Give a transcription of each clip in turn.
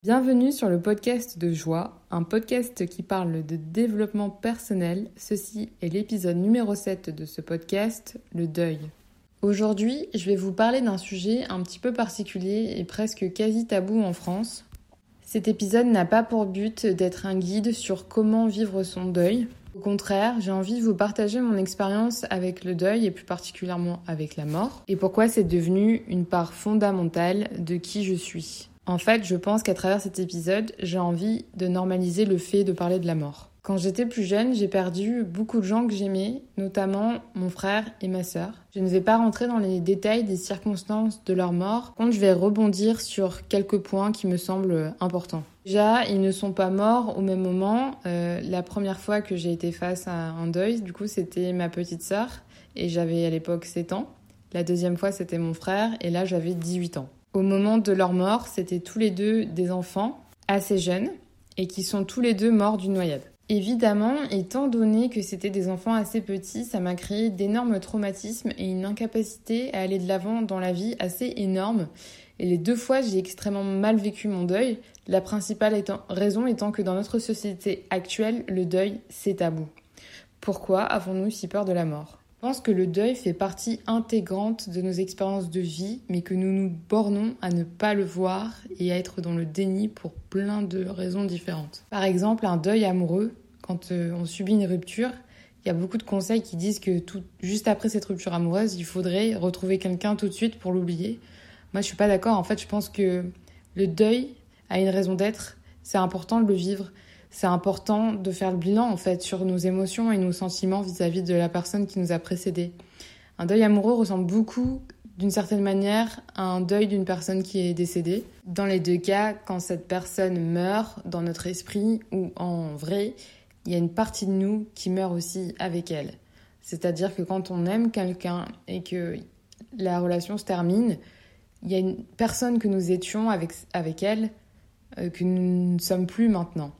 Bienvenue sur le podcast de Joie, un podcast qui parle de développement personnel. Ceci est l'épisode numéro 7 de ce podcast, le deuil. Aujourd'hui, je vais vous parler d'un sujet un petit peu particulier et presque quasi tabou en France. Cet épisode n'a pas pour but d'être un guide sur comment vivre son deuil. Au contraire, j'ai envie de vous partager mon expérience avec le deuil et plus particulièrement avec la mort et pourquoi c'est devenu une part fondamentale de qui je suis. En fait, je pense qu'à travers cet épisode, j'ai envie de normaliser le fait de parler de la mort. Quand j'étais plus jeune, j'ai perdu beaucoup de gens que j'aimais, notamment mon frère et ma sœur. Je ne vais pas rentrer dans les détails des circonstances de leur mort. Par contre, je vais rebondir sur quelques points qui me semblent importants. Déjà, ils ne sont pas morts au même moment. La première fois que j'ai été face à un deuil, du coup, c'était ma petite sœur et j'avais à l'époque 7 ans. La deuxième fois, c'était mon frère et là, j'avais 18 ans. Au moment de leur mort, c'était tous les deux des enfants assez jeunes et qui sont tous les deux morts d'une noyade. Évidemment, étant donné que c'était des enfants assez petits, ça m'a créé d'énormes traumatismes et une incapacité à aller de l'avant dans la vie assez énorme. Et les 2 fois, j'ai extrêmement mal vécu mon deuil, la principale raison étant que dans notre société actuelle, le deuil, c'est tabou. Pourquoi avons-nous si peur de la mort ? Je pense que le deuil fait partie intégrante de nos expériences de vie, mais que nous nous bornons à ne pas le voir et à être dans le déni pour plein de raisons différentes. Par exemple, un deuil amoureux, quand on subit une rupture, il y a beaucoup de conseils qui disent que juste après cette rupture amoureuse, il faudrait retrouver quelqu'un tout de suite pour l'oublier. Moi, je suis pas d'accord. En fait, je pense que le deuil a une raison d'être. C'est important de le vivre. C'est important de faire le bilan en fait sur nos émotions et nos sentiments vis-à-vis de la personne qui nous a précédés. Un deuil amoureux ressemble beaucoup, d'une certaine manière, à un deuil d'une personne qui est décédée. Dans les 2 cas, quand cette personne meurt dans notre esprit ou en vrai, il y a une partie de nous qui meurt aussi avec elle. C'est-à-dire que quand on aime quelqu'un et que la relation se termine, il y a une personne que nous étions avec elle que nous ne sommes plus maintenant.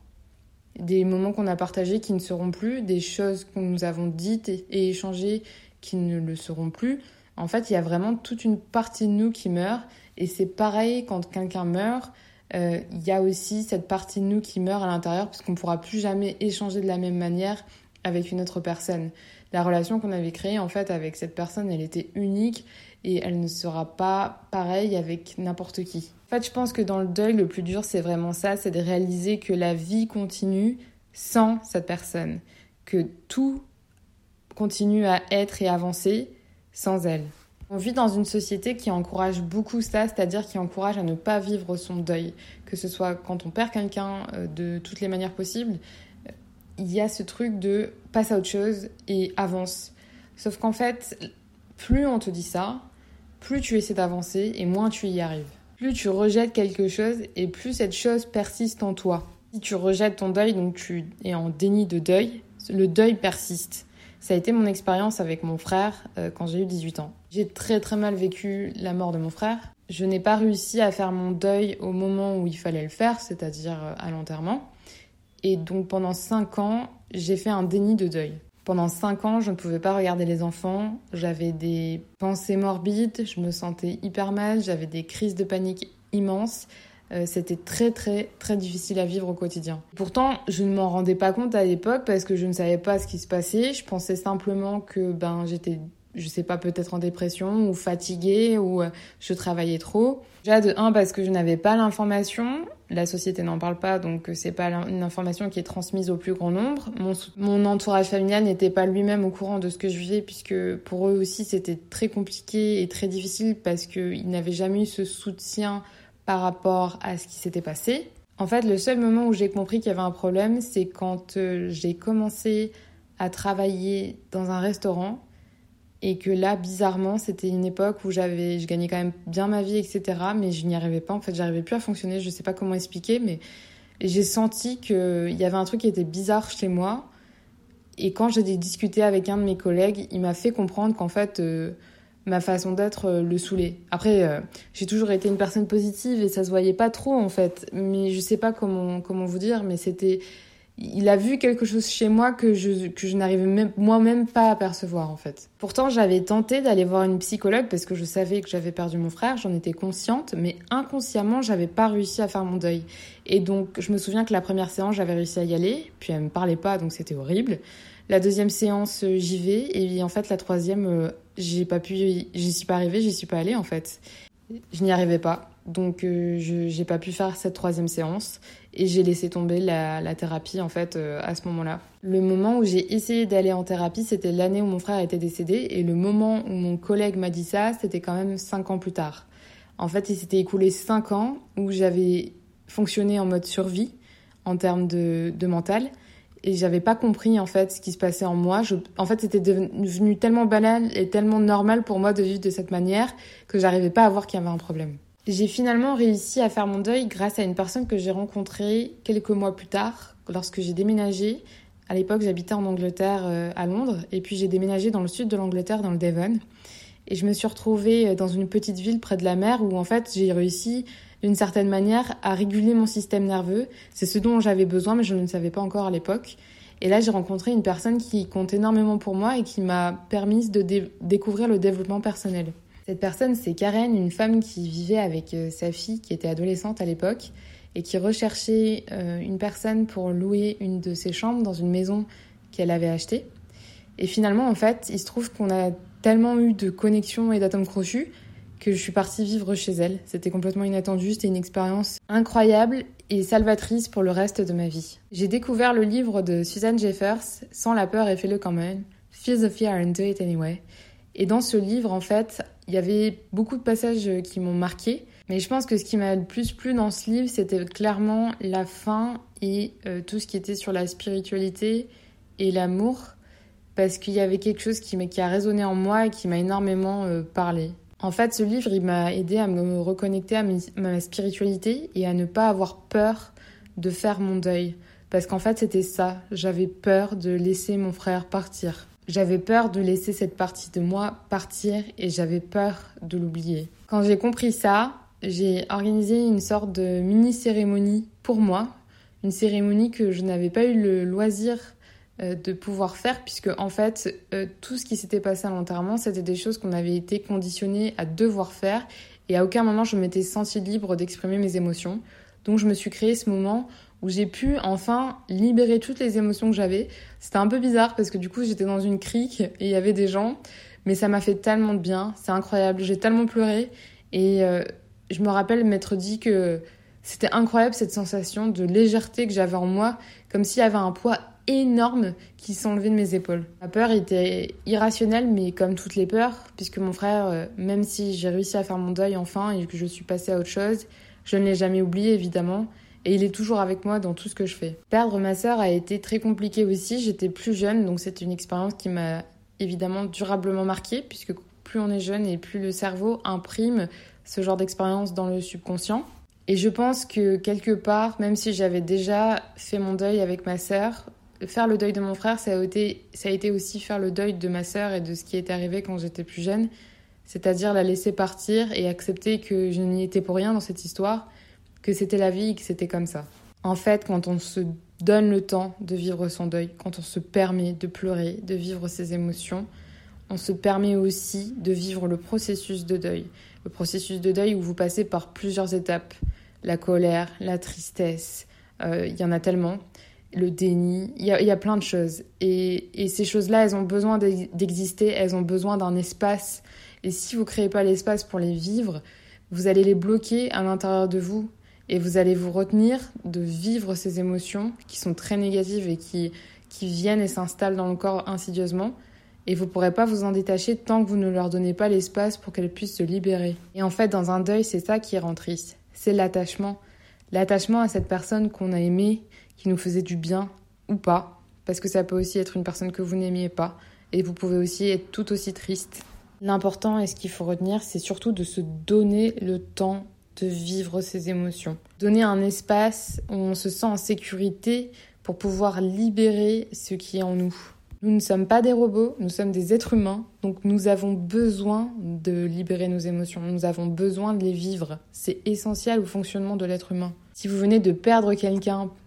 Des moments qu'on a partagés qui ne seront plus, des choses que nous avons dites et échangées qui ne le seront plus. En fait, il y a vraiment toute une partie de nous qui meurt. Et c'est pareil quand quelqu'un meurt, il y a aussi cette partie de nous qui meurt à l'intérieur puisqu'on ne pourra plus jamais échanger de la même manière avec une autre personne. La relation qu'on avait créée en fait avec cette personne, elle était unique et elle ne sera pas pareille avec n'importe qui. En fait, je pense que dans le deuil, le plus dur, c'est vraiment ça, c'est de réaliser que la vie continue sans cette personne, que tout continue à être et avancer sans elle. On vit dans une société qui encourage beaucoup ça, c'est-à-dire qui encourage à ne pas vivre son deuil, que ce soit quand on perd quelqu'un de toutes les manières possibles. Il y a ce truc de passe à autre chose et avance. Sauf qu'en fait, plus on te dit ça, plus tu essaies d'avancer et moins tu y arrives. Plus tu rejettes quelque chose et plus cette chose persiste en toi. Si tu rejettes ton deuil, donc tu es en déni de deuil, le deuil persiste. Ça a été mon expérience avec mon frère quand j'ai eu 18 ans. J'ai très très mal vécu la mort de mon frère. Je n'ai pas réussi à faire mon deuil au moment où il fallait le faire, c'est-à-dire à l'enterrement. Et donc pendant 5 ans, j'ai fait un déni de deuil. Pendant 5 ans, je ne pouvais pas regarder les enfants, j'avais des pensées morbides, je me sentais hyper mal, j'avais des crises de panique immenses. C'était très très très difficile à vivre au quotidien. Pourtant, je ne m'en rendais pas compte à l'époque parce que je ne savais pas ce qui se passait. Je pensais simplement que j'étais, je sais pas, peut-être en dépression ou fatiguée ou je travaillais trop. Déjà de 1 parce que je n'avais pas l'information. La société n'en parle pas, donc c'est pas une information qui est transmise au plus grand nombre. Mon entourage familial n'était pas lui-même au courant de ce que je vivais, puisque pour eux aussi c'était très compliqué et très difficile parce qu'ils n'avaient jamais eu ce soutien par rapport à ce qui s'était passé. En fait, le seul moment où j'ai compris qu'il y avait un problème, c'est quand j'ai commencé à travailler dans un restaurant et que là, bizarrement, c'était une époque où je gagnais quand même bien ma vie, etc. Mais je n'y arrivais pas. En fait, j'arrivais plus à fonctionner. Je sais pas comment expliquer, mais j'ai senti qu'il y avait un truc qui était bizarre chez moi. Et quand j'ai discuté avec un de mes collègues, il m'a fait comprendre qu'en fait, ma façon d'être le saoulait. Après, j'ai toujours été une personne positive et ça se voyait pas trop, en fait. Mais je sais pas comment vous dire, mais il a vu quelque chose chez moi que je n'arrivais même, moi-même pas à percevoir en fait. Pourtant, j'avais tenté d'aller voir une psychologue parce que je savais que j'avais perdu mon frère, j'en étais consciente, mais inconsciemment, j'avais pas réussi à faire mon deuil. Et donc, je me souviens que la première séance, j'avais réussi à y aller, puis elle me parlait pas, donc c'était horrible. La deuxième séance, j'y vais, et en fait, la troisième, j'y suis pas arrivée, j'y suis pas allée en fait. Je n'y arrivais pas. Donc, j'ai pas pu faire cette troisième séance et j'ai laissé tomber la thérapie en fait à ce moment-là. Le moment où j'ai essayé d'aller en thérapie, c'était l'année où mon frère était décédé et le moment où mon collègue m'a dit ça, c'était quand même 5 ans plus tard. En fait, il s'était écoulé 5 ans où j'avais fonctionné en mode survie en termes de mental et j'avais pas compris en fait ce qui se passait en moi. En fait, c'était devenu tellement banal et tellement normal pour moi de vivre de cette manière que j'arrivais pas à voir qu'il y avait un problème. J'ai finalement réussi à faire mon deuil grâce à une personne que j'ai rencontrée quelques mois plus tard, lorsque j'ai déménagé. À l'époque, j'habitais en Angleterre, à Londres, et puis j'ai déménagé dans le sud de l'Angleterre, dans le Devon. Et je me suis retrouvée dans une petite ville près de la mer où, en fait, j'ai réussi, d'une certaine manière, à réguler mon système nerveux. C'est ce dont j'avais besoin, mais je ne le savais pas encore à l'époque. Et là, j'ai rencontré une personne qui compte énormément pour moi et qui m'a permis de découvrir le développement personnel. Cette personne, c'est Karen, une femme qui vivait avec sa fille, qui était adolescente à l'époque, et qui recherchait une personne pour louer une de ses chambres dans une maison qu'elle avait achetée. Et finalement, en fait, il se trouve qu'on a tellement eu de connexions et d'atomes crochus que je suis partie vivre chez elle. C'était complètement inattendu, c'était une expérience incroyable et salvatrice pour le reste de ma vie. J'ai découvert le livre de Susan Jeffers, « Sans la peur et fais-le quand même »,« Feel the fear and do it anyway ». Et dans ce livre, en fait, il y avait beaucoup de passages qui m'ont marquée. Mais je pense que ce qui m'a le plus plu dans ce livre, c'était clairement la fin et tout ce qui était sur la spiritualité et l'amour. Parce qu'il y avait quelque chose qui a résonné en moi et qui m'a énormément parlé. En fait, ce livre, il m'a aidé à me reconnecter à ma spiritualité et à ne pas avoir peur de faire mon deuil. Parce qu'en fait, c'était ça. J'avais peur de laisser mon frère partir. J'avais peur de laisser cette partie de moi partir et j'avais peur de l'oublier. Quand j'ai compris ça, j'ai organisé une sorte de mini-cérémonie pour moi. Une cérémonie que je n'avais pas eu le loisir de pouvoir faire puisque en fait, tout ce qui s'était passé à l'enterrement, c'était des choses qu'on avait été conditionnés à devoir faire et à aucun moment je m'étais sentie libre d'exprimer mes émotions. Donc je me suis créé ce moment où j'ai pu enfin libérer toutes les émotions que j'avais. C'était un peu bizarre parce que du coup j'étais dans une crique et il y avait des gens, mais ça m'a fait tellement de bien, c'est incroyable, j'ai tellement pleuré et je me rappelle m'être dit que c'était incroyable cette sensation de légèreté que j'avais en moi, comme s'il y avait un poids énorme qui s'enlevait de mes épaules. La peur était irrationnelle, mais comme toutes les peurs, puisque mon frère, même si j'ai réussi à faire mon deuil enfin et que je suis passée à autre chose, je ne l'ai jamais oublié évidemment. Et il est toujours avec moi dans tout ce que je fais. Perdre ma sœur a été très compliqué aussi. J'étais plus jeune, donc c'est une expérience qui m'a évidemment durablement marquée, puisque plus on est jeune et plus le cerveau imprime ce genre d'expérience dans le subconscient. Et je pense que quelque part, même si j'avais déjà fait mon deuil avec ma sœur, faire le deuil de mon frère, ça a été aussi faire le deuil de ma sœur et de ce qui est arrivé quand j'étais plus jeune. C'est-à-dire la laisser partir et accepter que je n'y étais pour rien dans cette histoire, que c'était la vie et que c'était comme ça. En fait, quand on se donne le temps de vivre son deuil, quand on se permet de pleurer, de vivre ses émotions, on se permet aussi de vivre le processus de deuil. Le processus de deuil où vous passez par plusieurs étapes. La colère, la tristesse, il y en a tellement. Le déni, il y a plein de choses. Et ces choses-là, elles ont besoin d'exister, elles ont besoin d'un espace. Et si vous ne créez pas l'espace pour les vivre, vous allez les bloquer à l'intérieur de vous. Et vous allez vous retenir de vivre ces émotions qui sont très négatives et qui viennent et s'installent dans le corps insidieusement. Et vous ne pourrez pas vous en détacher tant que vous ne leur donnez pas l'espace pour qu'elles puissent se libérer. Et en fait, dans un deuil, c'est ça qui rend triste. C'est l'attachement. L'attachement à cette personne qu'on a aimée, qui nous faisait du bien ou pas. Parce que ça peut aussi être une personne que vous n'aimiez pas. Et vous pouvez aussi être tout aussi triste. L'important et ce qu'il faut retenir, c'est surtout de se donner le temps de vivre ses émotions. Donner un espace où on se sent en sécurité pour pouvoir libérer ce qui est en nous. Nous ne sommes pas des robots, nous sommes des êtres humains, donc nous avons besoin de libérer nos émotions, nous avons besoin de les vivre. C'est essentiel au fonctionnement de l'être humain. Si vous venez de perdre quelqu'un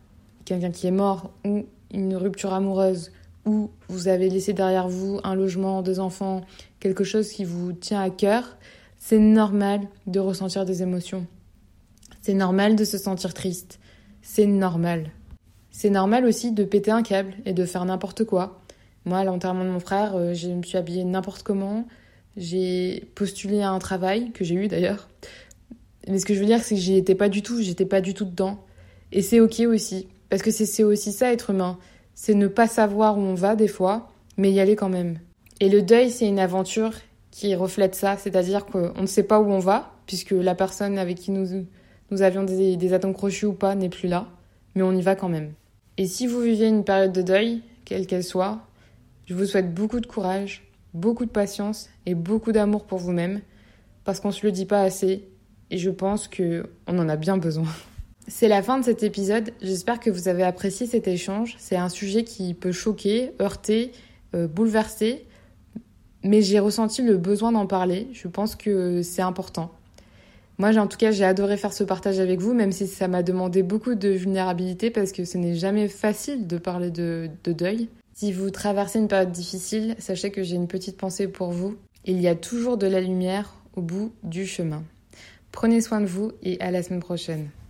quelqu'un qui est mort ou une rupture amoureuse ou vous avez laissé derrière vous un logement, 2 enfants, quelque chose qui vous tient à cœur, c'est normal de ressentir des émotions. C'est normal de se sentir triste. C'est normal. C'est normal aussi de péter un câble et de faire n'importe quoi. Moi, à l'enterrement de mon frère, je me suis habillée n'importe comment. J'ai postulé à un travail, que j'ai eu d'ailleurs. Mais ce que je veux dire, c'est que j'étais pas du tout dedans. Et c'est ok aussi. Parce que c'est aussi ça, être humain. C'est ne pas savoir où on va des fois, mais y aller quand même. Et le deuil, c'est une aventure qui reflète ça. C'est-à-dire qu'on ne sait pas où on va, puisque la personne avec qui nous avions des atomes crochus ou pas n'est plus là. Mais on y va quand même. Et si vous vivez une période de deuil, quelle qu'elle soit, je vous souhaite beaucoup de courage, beaucoup de patience et beaucoup d'amour pour vous-même, parce qu'on se le dit pas assez, et je pense qu'on en a bien besoin. C'est la fin de cet épisode, j'espère que vous avez apprécié cet échange. C'est un sujet qui peut choquer, heurter, bouleverser, mais j'ai ressenti le besoin d'en parler, je pense que c'est important. Moi, en tout cas, j'ai adoré faire ce partage avec vous, même si ça m'a demandé beaucoup de vulnérabilité, parce que ce n'est jamais facile de parler de deuil. Si vous traversez une période difficile, sachez que j'ai une petite pensée pour vous. Il y a toujours de la lumière au bout du chemin. Prenez soin de vous et à la semaine prochaine.